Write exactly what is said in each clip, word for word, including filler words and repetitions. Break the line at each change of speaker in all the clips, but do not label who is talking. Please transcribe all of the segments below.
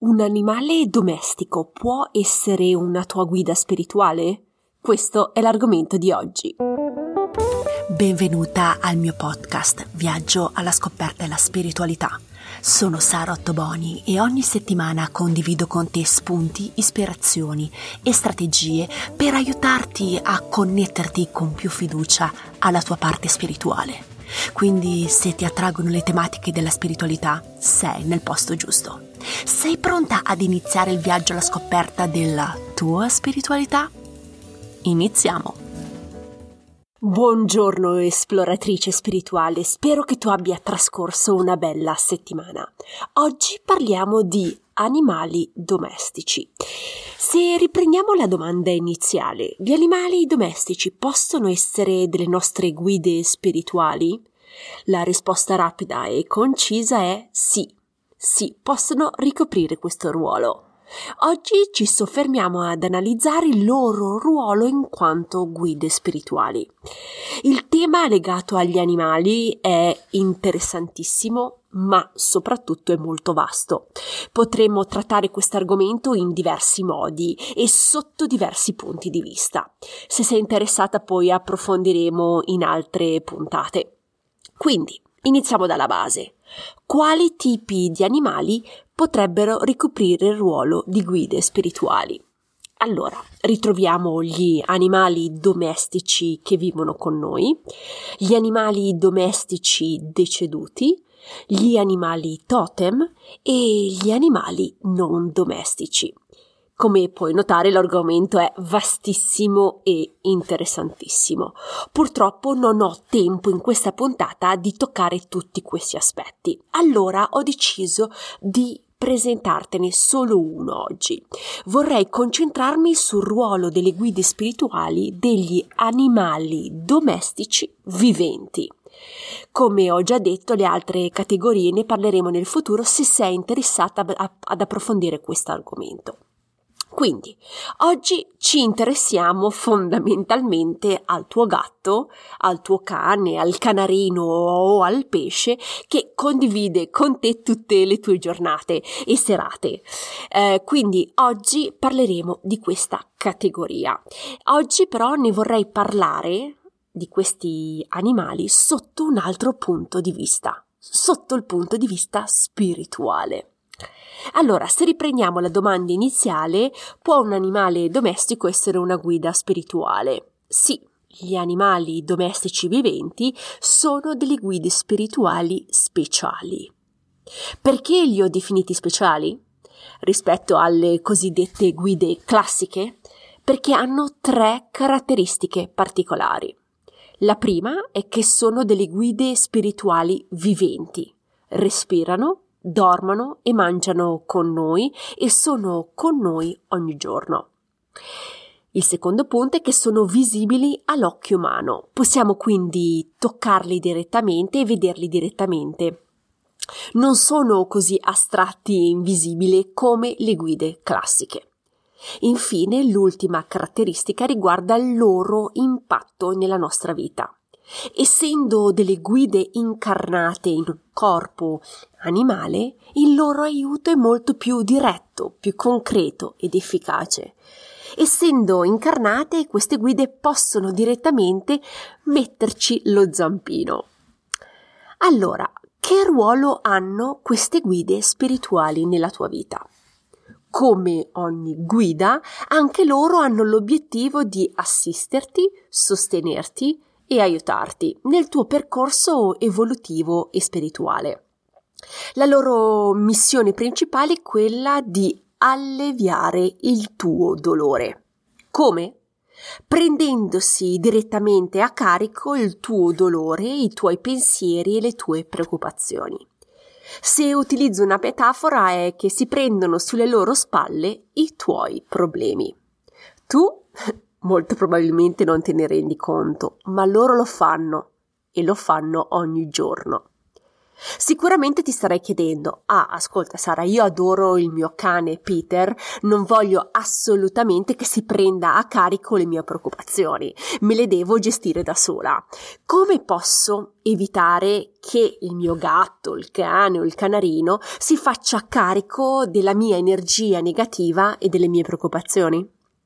Un animale domestico può essere una tua guida spirituale? Questo è l'argomento di oggi.
Benvenuta al mio podcast Viaggio alla scoperta della spiritualità. Sono Sara Ottoboni e ogni settimana condivido con te spunti, ispirazioni e strategie per aiutarti a connetterti con più fiducia alla tua parte spirituale. Quindi, se ti attraggono le tematiche della spiritualità, sei nel posto giusto. Sei pronta ad iniziare il viaggio alla scoperta della tua spiritualità? Iniziamo!
Buongiorno esploratrice spirituale, spero che tu abbia trascorso una bella settimana. Oggi parliamo di animali domestici. Se riprendiamo la domanda iniziale, gli animali domestici possono essere delle nostre guide spirituali? La risposta rapida e concisa è sì, sì, possono ricoprire questo ruolo. Oggi ci soffermiamo ad analizzare il loro ruolo in quanto guide spirituali. Il tema legato agli animali è interessantissimo, ma soprattutto è molto vasto. Potremmo trattare questo argomento in diversi modi e sotto diversi punti di vista. Se sei interessata, poi approfondiremo in altre puntate. Quindi, iniziamo dalla base. Quali tipi di animali potrebbero ricoprire il ruolo di guide spirituali? Allora, ritroviamo gli animali domestici che vivono con noi, gli animali domestici deceduti, gli animali totem e gli animali non domestici. Come puoi notare, l'argomento è vastissimo e interessantissimo. Purtroppo non ho tempo in questa puntata di toccare tutti questi aspetti. Allora ho deciso di presentartene solo uno oggi. Vorrei concentrarmi sul ruolo delle guide spirituali degli animali domestici viventi. Come ho già detto, le altre categorie ne parleremo nel futuro se sei interessata ad approfondire questo argomento. Quindi, oggi ci interessiamo fondamentalmente al tuo gatto, al tuo cane, al canarino o al pesce che condivide con te tutte le tue giornate e serate. Eh, quindi oggi parleremo di questa categoria. Oggi però ne vorrei parlare di questi animali sotto un altro punto di vista, sotto il punto di vista spirituale. Allora, se riprendiamo la domanda iniziale, può un animale domestico essere una guida spirituale? Sì, gli animali domestici viventi sono delle guide spirituali speciali. Perché li ho definiti speciali rispetto alle cosiddette guide classiche? Perché hanno tre caratteristiche particolari. La prima è che sono delle guide spirituali viventi, respirano, dormono e mangiano con noi e sono con noi ogni giorno. Il secondo punto è che sono visibili all'occhio umano. Possiamo quindi toccarli direttamente e vederli direttamente. Non sono così astratti e invisibili come le guide classiche. Infine, l'ultima caratteristica riguarda il loro impatto nella nostra vita. Essendo delle guide incarnate in un corpo animale, il loro aiuto è molto più diretto, più concreto ed efficace. Essendo incarnate, queste guide possono direttamente metterci lo zampino. Allora, che ruolo hanno queste guide spirituali nella tua vita? Come ogni guida, anche loro hanno l'obiettivo di assisterti, sostenerti e aiutarti nel tuo percorso evolutivo e spirituale. La loro missione principale è quella di alleviare il tuo dolore. Come? Prendendosi direttamente a carico il tuo dolore, i tuoi pensieri e le tue preoccupazioni. Se utilizzo una metafora è che si prendono sulle loro spalle i tuoi problemi. Tu molto probabilmente non te ne rendi conto, ma loro lo fanno e lo fanno ogni giorno. Sicuramente ti starai chiedendo: ah, ascolta Sara, io adoro il mio cane Peter, non voglio assolutamente che si prenda a carico le mie preoccupazioni, me le devo gestire da sola. Come posso evitare che il mio gatto, il cane o il canarino si faccia carico della mia energia negativa e delle mie preoccupazioni?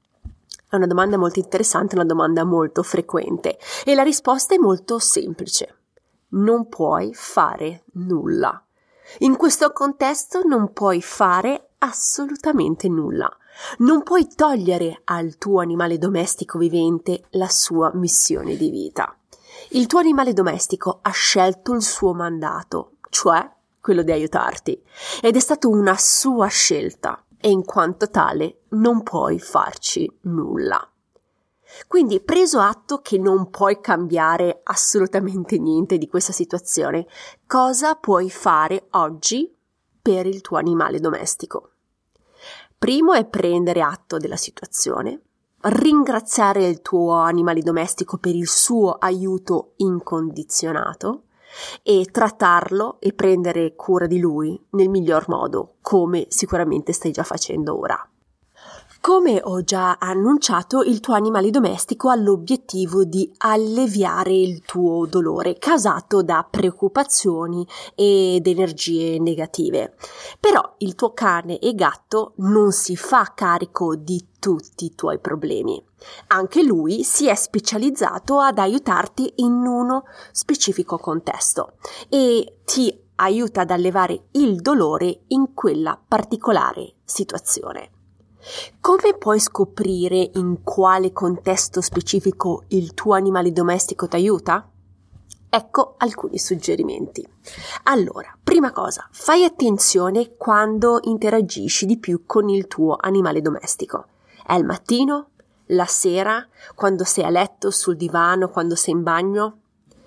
È una domanda molto interessante, una domanda molto frequente, e la risposta è molto semplice. Non puoi fare nulla. In questo contesto non puoi fare assolutamente nulla. Non puoi togliere al tuo animale domestico vivente la sua missione di vita. Il tuo animale domestico ha scelto il suo mandato, cioè quello di aiutarti, ed è stata una sua scelta, e in quanto tale non puoi farci nulla. Quindi, preso atto che non puoi cambiare assolutamente niente di questa situazione, cosa puoi fare oggi per il tuo animale domestico? Primo è prendere atto della situazione, ringraziare il tuo animale domestico per il suo aiuto incondizionato e trattarlo e prendere cura di lui nel miglior modo, come sicuramente stai già facendo ora. Come ho già annunciato, il tuo animale domestico ha l'obiettivo di alleviare il tuo dolore causato da preoccupazioni ed energie negative. Però il tuo cane e gatto non si fa carico di tutti i tuoi problemi. Anche lui si è specializzato ad aiutarti in uno specifico contesto e ti aiuta ad allevare il dolore in quella particolare situazione. Come puoi scoprire in quale contesto specifico il tuo animale domestico ti aiuta? Ecco alcuni suggerimenti. Allora, prima cosa, fai attenzione quando interagisci di più con il tuo animale domestico. È il mattino? La sera? Quando sei a letto, sul divano, quando sei in bagno?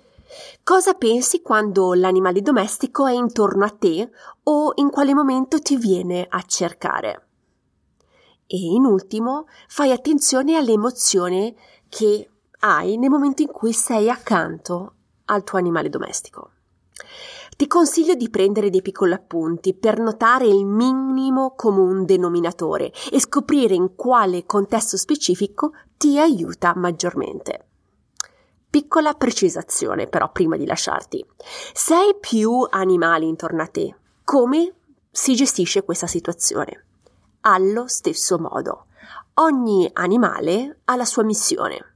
Cosa pensi quando l'animale domestico è intorno a te o in quale momento ti viene a cercare? E in ultimo, fai attenzione all'emozione che hai nel momento in cui sei accanto al tuo animale domestico. Ti consiglio di prendere dei piccoli appunti per notare il minimo comune denominatore e scoprire in quale contesto specifico ti aiuta maggiormente. Piccola precisazione però prima di lasciarti. Se hai più animali intorno a te, come si gestisce questa situazione? Allo stesso modo, ogni animale ha la sua missione.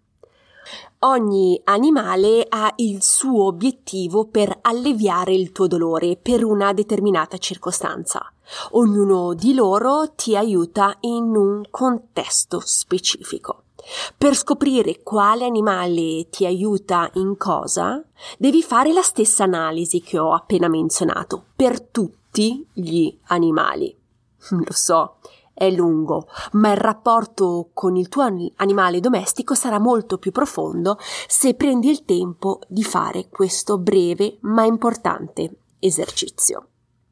Ogni animale ha il suo obiettivo per alleviare il tuo dolore per una determinata circostanza. Ognuno di loro ti aiuta in un contesto specifico. Per scoprire quale animale ti aiuta in cosa, devi fare la stessa analisi che ho appena menzionato per tutti gli animali. Lo so, è lungo, ma il rapporto con il tuo animale domestico sarà molto più profondo se prendi il tempo di fare questo breve ma importante esercizio.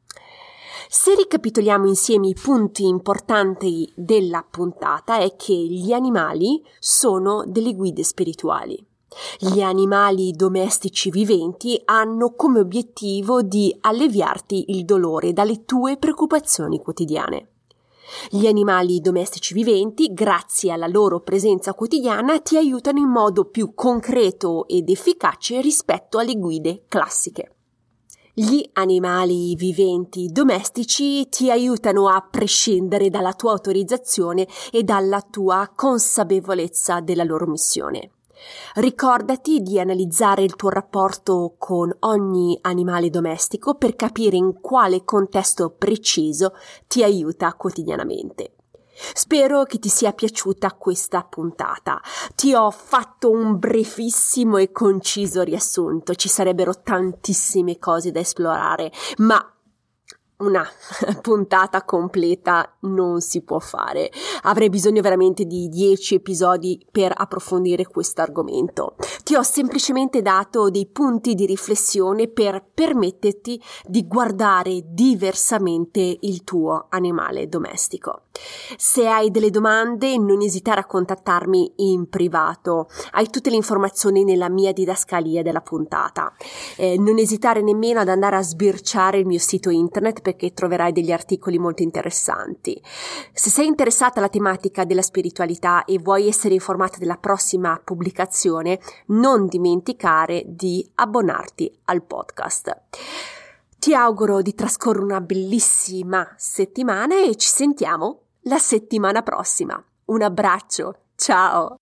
Se ricapitoliamo insieme i punti importanti della puntata, è che gli animali sono delle guide spirituali. Gli animali domestici viventi hanno come obiettivo di alleviarti il dolore dalle tue preoccupazioni quotidiane. Gli animali domestici viventi, grazie alla loro presenza quotidiana, ti aiutano in modo più concreto ed efficace rispetto alle guide classiche. Gli animali viventi domestici ti aiutano a prescindere dalla tua autorizzazione e dalla tua consapevolezza della loro missione. Ricordati di analizzare il tuo rapporto con ogni animale domestico per capire in quale contesto preciso ti aiuta quotidianamente. Spero che ti sia piaciuta questa puntata. Ti ho fatto un brevissimo e conciso riassunto. Ci sarebbero tantissime cose da esplorare, ma una puntata completa non si può fare. Avrei bisogno veramente di dieci episodi per approfondire questo argomento. Ti ho semplicemente dato dei punti di riflessione per permetterti di guardare diversamente il tuo animale domestico. Se hai delle domande, non esitare a contattarmi in privato. Hai tutte le informazioni nella mia didascalia della puntata. Eh, non esitare nemmeno ad andare a sbirciare il mio sito internet, perché troverai degli articoli molto interessanti. Se sei interessata alla tematica della spiritualità e vuoi essere informata della prossima pubblicazione, non dimenticare di abbonarti al podcast. Ti auguro di trascorrere una bellissima settimana e ci sentiamo la settimana prossima. Un abbraccio, ciao!